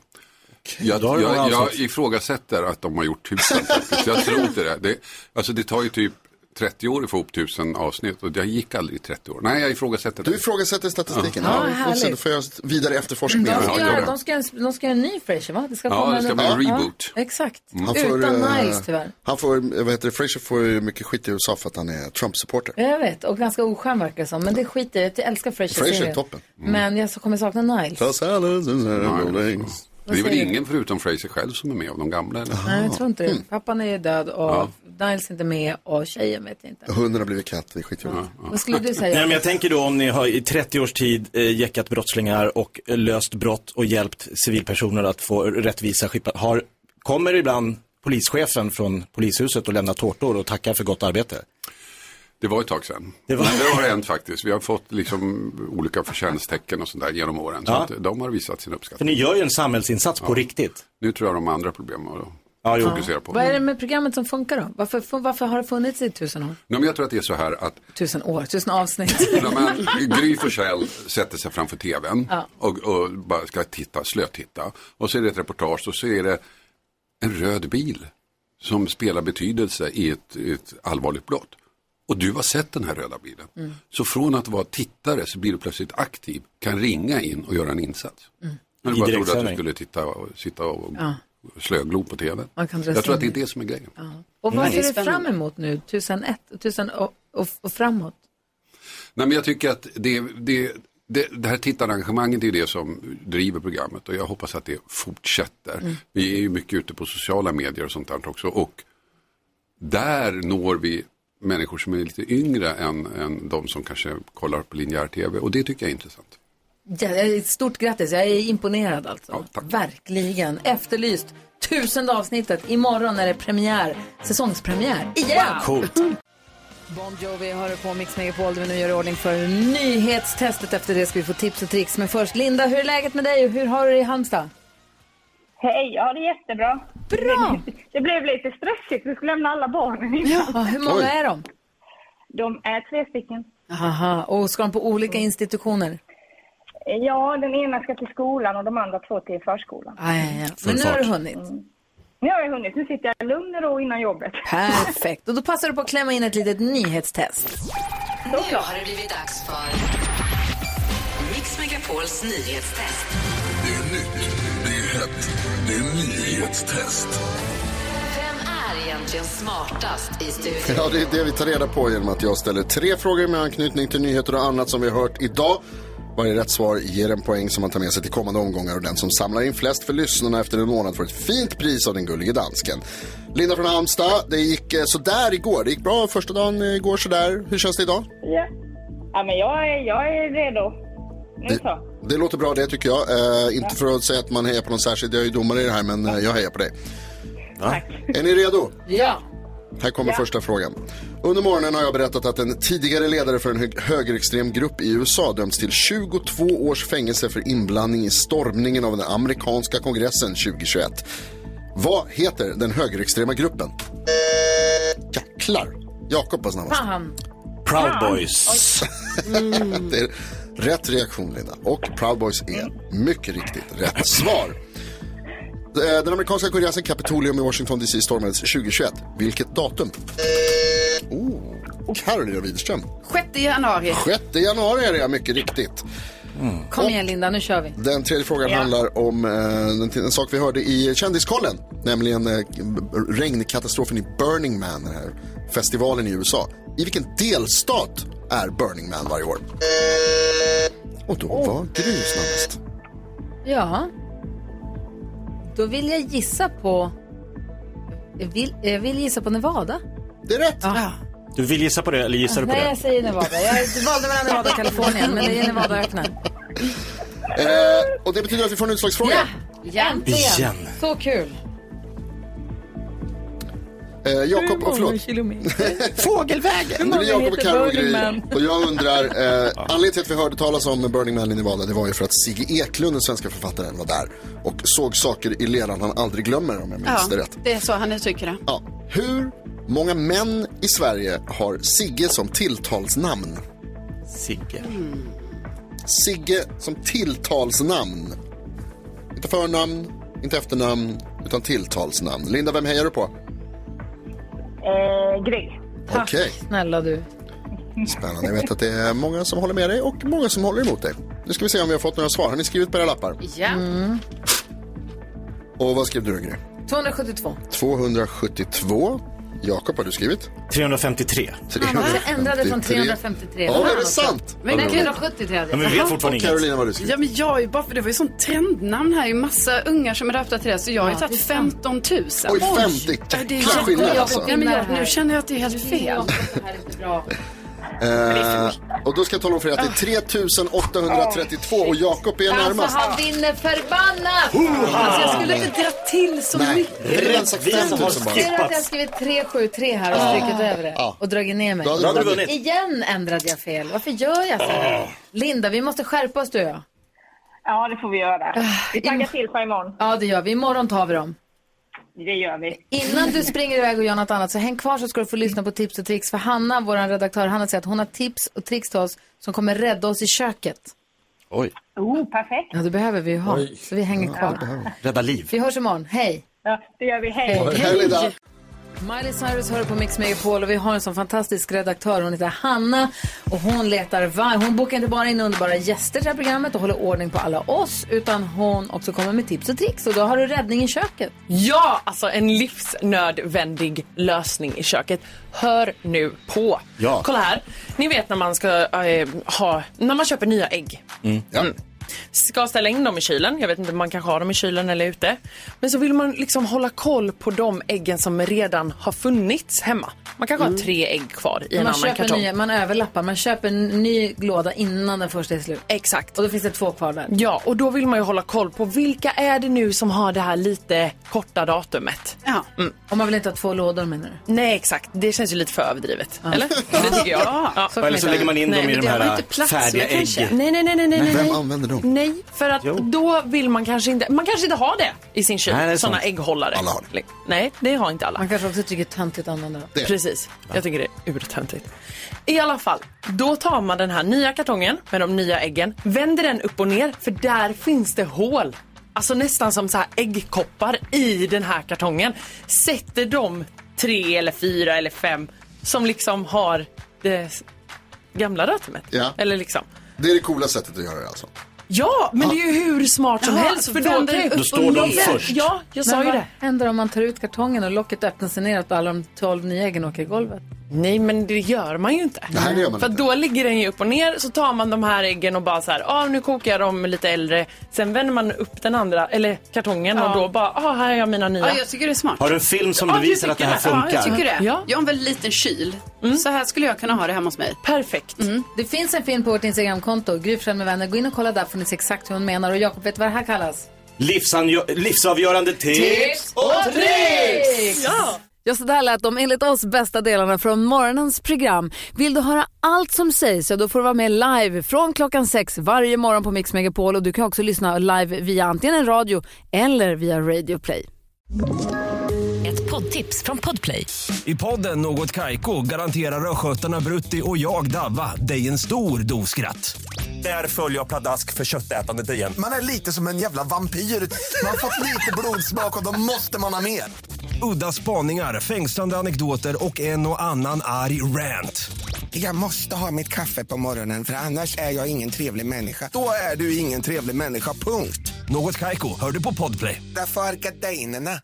Jag ifrågasätter att de har gjort 1000 faktiskt. Jag tror inte det. Alltså det tar ju typ 30 år att få upp 1000 avsnitt och jag gick aldrig i 30 år. Nej, jag ifrågasätter det. Du ifrågasätter statistiken. Då får jag vidare efterforskning. De ska göra en ny Frasier, va? Det ska bli en reboot. Exakt. Utan Niles tyvärr. Frasier får ju mycket skit i USA för att han är Trump-supporter. Jag vet, och ganska oskön verkar det som. Men det skiter jag älskar Frasier. Frasier är toppen. Men jag kommer sakna Niles. Det är väl ingen förutom Frasier själv som är med av de gamla? Eller? Nej, jag tror inte det. Pappan är ju död och Niles är inte med och tjejen vet jag inte. Hunden har blivit katt, det är skitjobbigt. Vad skulle du säga? Nej, men jag tänker då om ni har i 30 års tid jäckat brottslingar och löst brott och hjälpt civilpersoner att få rättvisa skippar. Kommer ibland polischefen från polishuset och lämnar tårtor och tackar för gott arbete? Det var ett tag sedan. Det har hänt faktiskt. Vi har fått liksom olika förtjänsttecken och sånt där genom åren. Så att de har visat sin uppskattning. För ni gör ju en samhällsinsats på riktigt. Nu tror jag de andra problemen att fokusera på. Vad är det med programmet som funkar då? Varför har det funnits i 1000 år? Nej, men jag tror att det är så här att 1000 år, 1000 avsnitt. Gry Forssell sätter sig framför tvn och bara ska slötitta. Och så är det ett reportage och så är det en röd bil som spelar betydelse i ett allvarligt brott. Och du har sett den här röda bilen. Så från att vara tittare så blir du plötsligt aktiv. Kan ringa in och göra en insats. Men du bara trodde att du skulle sitta och slöglo på tv. Jag tror att det är det som är grejen. Och vad ser du fram emot nu? 1000 och framåt? Nej, men jag tycker att det här tittararrangemanget är det som driver programmet. Och jag hoppas att det fortsätter. Vi är ju mycket ute på sociala medier och sånt där också. Och där når vi människor som är lite yngre än de som kanske kollar på linjär tv. Och det tycker jag är intressant. Stort grattis, jag är imponerad alltså. Ja, verkligen. Efterlyst 1000 avsnittet. Imorgon är det premiär, säsongspremiär. Igen! Wow, coolt. Bon Jovi har på Mix Megapol där vi nu gör ordning för nyhetstestet. Efter det ska vi få tips och tricks. Men först, Linda, hur är läget med dig och hur har du det i Halmstad? Hej, ja det är jättebra. Bra! Det blev lite stressigt, vi skulle lämna alla barnen innan. Ja, hur många är de? De är 3 stycken. Aha, och ska de på olika institutioner? Ja, den ena ska till skolan och de andra 2 till förskolan. Men nu har du hunnit? Nu har jag hunnit, nu sitter jag lugn och ro innan jobbet. Perfekt, och då passar du på att klämma in ett litet nyhetstest. Nu har det blivit dags för Mix Megapols nyhetstest. Det är nytt, det är hett, det är nyhetstest. Vem är egentligen smartast i studion? Ja, det är det vi tar reda på genom att jag ställer 3 frågor med anknytning till nyheter och annat som vi har hört idag. Varje rätt svar ger en poäng som man tar med sig till kommande omgångar och den som samlar in flest för lyssnarna efter en månad får ett fint pris av den gullige dansken. Linda från Halmstad, det gick sådär igår. Det gick bra första dagen igår sådär. Hur känns det idag? Ja, men jag är redo. Det låter bra det tycker jag. Inte för att säga att man hejar på någon särskild, jag är ju domare i det här, men jag hejar på dig. Ja. Är ni redo? Ja. Här kommer första frågan. Under morgonen har jag berättat att en tidigare ledare för en högerextrem grupp i USA dömts till 22 års fängelse för inblandning i stormningen av den amerikanska kongressen 2021. Vad heter den högerextrema gruppen? Jäklar. Jakob var snabbast. Proud Boys. Det är rätt reaktion, Linda. Och Proud Boys är mycket riktigt rätt svar. Den amerikanska kongressen Capitolium i Washington DC stormades 2021. Vilket datum? Carolina Widerström. 6 januari. 6 januari är det, mycket riktigt. Kom igen Linda, nu kör vi. Den tredje frågan handlar om en sak vi hörde i Kändiskollen, nämligen regnkatastrofen i Burning Man, den här festivalen i USA. I vilken delstat är Burning Man varje år? Och då var Gry snabbast. Ja. Då vill jag gissa på... Jag vill gissa på Nevada. Det är rätt. Ja. Du vill gissa på det eller gissar du på det? Nej, jag säger Nevada. Jag valde mellan Nevada och Kalifornien, men det är Nevada-öknen. Och det betyder att vi får en utslagsfråga. Ja, igen. Så kul. Jakob och förlåt. Fågelvägen. Det är Jakob och Karo och Gry. Och jag undrar, anledningen till att vi hörde talas om Burning Man i Nevada, det var ju för att Sigge Eklund, den svenska författaren, var där och såg saker i leran han aldrig glömmer, om jag minns det rätt. Det är så han uttrycker det. Ja. Hur många män i Sverige har Sigge som tilltalsnamn? Sigge som tilltalsnamn. Inte förnamn, inte efternamn, utan tilltalsnamn. Linda, vem hejar du på? Gry. Okej. Snälla du. Spännande, jag vet att det är många som håller med dig och många som håller emot dig. Nu ska vi se om vi har fått några svar. Har ni skrivit på era lappar? Ja. Och vad skrev du, Gry? 272. 272. Jakob, har du skrivit? 353. Han också ändrade från 353. Ja, är det sant? Men 373 hade jag. Men vi vet fortfarande inget. Carolina, vad du skrivit? Ja, men jag är ju bara för det var ju sånt trendnamn här. Ju massa ungar som är döpta till det. Så jag har ju tagit 15 000. Oj, 50. Det är skillnad alltså. Ja, men nu känner jag att det är helt fel. Det här är inte bra. Och då ska jag tala om för er att det är 3832 och Jakob är närmast. Alltså han vinner förbannat. Alltså jag skulle inte dra till så mycket. Rensa 5000 bara. Ser att jag har skrivit 373 här och strykit över det. Och dragit ner mig. Då hade du vunnit. Igen ändrade jag fel. Varför gör jag så här? Linda, vi måste skärpa oss, du och jag. Ja, det får vi göra. Vi taggar till på imorgon. Ja, det gör vi. Imorgon tar vi dem. Det gör vi. Innan du springer iväg och gör något annat så häng kvar så ska du få lyssna på tips och tricks. För Hanna, vår redaktör, Hanna säger att hon har tips och tricks till oss som kommer rädda oss i köket. Oj. Perfekt. Ja, det behöver vi ju ha. Så vi hänger kvar. Rädda liv. Vi hörs imorgon. Hej. Ja, det gör vi. Hej. Hej, Linda. Miley Cyrus hör på Mix Megapol och vi har en sån fantastisk redaktör. Hon heter Hanna och hon letar hon bokar inte bara in underbara gäster till det här programmet och håller ordning på alla oss, utan hon också kommer med tips och tricks. Och då har du räddning i köket. Ja, alltså en livsnödvändig lösning i köket. Hör nu på. Ja. Kolla här. Ni vet när man ska när man köper nya ägg. Ska ställa in dem i kylen. Jag vet inte om man kanske har dem i kylen eller ute. Men så vill man liksom hålla koll på de äggen som redan har funnits hemma. Man kanske har 3 ägg kvar i en annan kartong. Man överlappar. Man köper en ny låda innan den första är slut. Exakt. Och då finns det 2 kvar där. Ja, och då vill man ju hålla koll på vilka är det nu som har det här lite korta datumet. Ja. Och man vill inte ha 2 lådor, menar du? Nej, exakt. Det känns ju lite för överdrivet. Eller? Det tycker jag. Ja. Eller så lägger man in dem i de här färdiga ägg. Nej. Vem använder dem? Nej, för att då vill man kanske inte ha det i sin kyl. Nej, sådana ägghållare. Alla har det. Nej, det har inte alla. Man kanske också tycker töntigt att använda dem. Precis, jag tycker det är urtöntigt. I alla fall, då tar man den här nya kartongen med de nya äggen, vänder den upp och ner, för där finns det hål. Alltså nästan som så här äggkoppar i den här kartongen. Sätter de 3 eller 4 eller 5 som liksom har det gamla datumet. Ja. Eller liksom. Det är det coola sättet att göra det alltså. Ja, men det är ju hur smart som helst. För då står de först. Ja, jag sa ju det. Vad händer om man tar ut kartongen och locket öppnar sig ner att alla de 12 nya äggen åker i golvet? Nej, men det gör man ju inte. Nej, det gör man för inte. då ligger den ju upp och ner, så tar man de här äggen och bara så här, nu kokar jag dem lite äldre. Sen vänder man upp den andra, eller kartongen, och då bara, här är jag mina nya. Ja, jag tycker det är smart. Har du en film som bevisar att det här funkar? Ja, jag tycker det. Ja. Jag har en väldigt liten kyl. Så här skulle jag kunna ha det hemma hos mig. Perfekt. Det finns en film på vårt Instagramkonto, Gry Forssell med vänner. Gå in och kolla där, får ni se exakt hur hon menar. Och Jakob, vet vad det här kallas? Livsavgörande tips och tricks! Ja, så där lät de enligt oss bästa delarna från morgonens program. Vill du höra allt som sägs, så då får du vara med live från klockan 6 varje morgon på Mix Megapol. Och du kan också lyssna live via antingen en radio eller via Radio Play. Ett poddtips från Podplay. I podden Något Kaiko garanterar östgötarna Brutti och jag Davva dig en stor doskratt. Där följer jag pladask för köttätandet igen. Man är lite som en jävla vampyr. Man har fått lite blodsmak och då måste man ha mer. Udda spaningar, fängslande anekdoter och en och annan arg rant. Jag måste ha mitt kaffe på morgonen, för annars är jag ingen trevlig människa. Då är du ingen trevlig människa, punkt. Något Kaiko, hör du på Podplay. Därför är gardinerna.